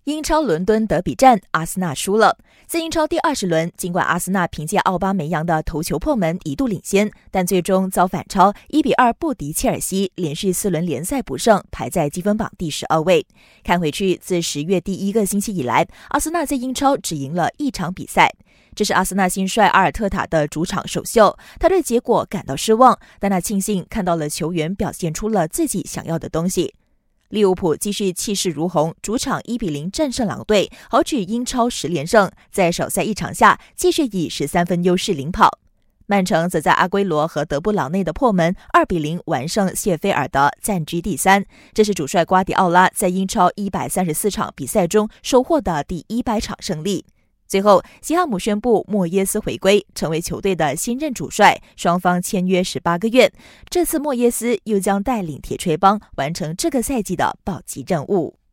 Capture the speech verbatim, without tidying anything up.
英超伦敦德比战，阿森纳输了。在英超第二十轮，尽管阿森纳凭借奥巴梅扬的头球破门一度领先，但最终遭反超一比二不敌切尔西，连续四轮联赛不胜，排在积分榜第十二位。看回去，自十月第一个星期以来，阿森纳在英超只赢了一场比赛。这是阿森纳新帅阿尔特塔的主场首秀，他对结果感到失望，但他庆幸看到了球员表现出了自己想要的东西。利物浦继续气势如虹，主场一比零战胜狼队，豪取英超十连胜，在首赛一场下继续以十三分优势领跑。曼城则在阿圭罗和德布劳内的破门二比零完胜谢菲尔德，暂居第三。这是主帅瓜迪奥拉在英超一百三十四场比赛中收获的第一百场胜利。最后，西汉姆宣布莫耶斯回归，成为球队的新任主帅，双方签约十八个月。这次莫耶斯又将带领铁锤帮完成这个赛季的保级任务。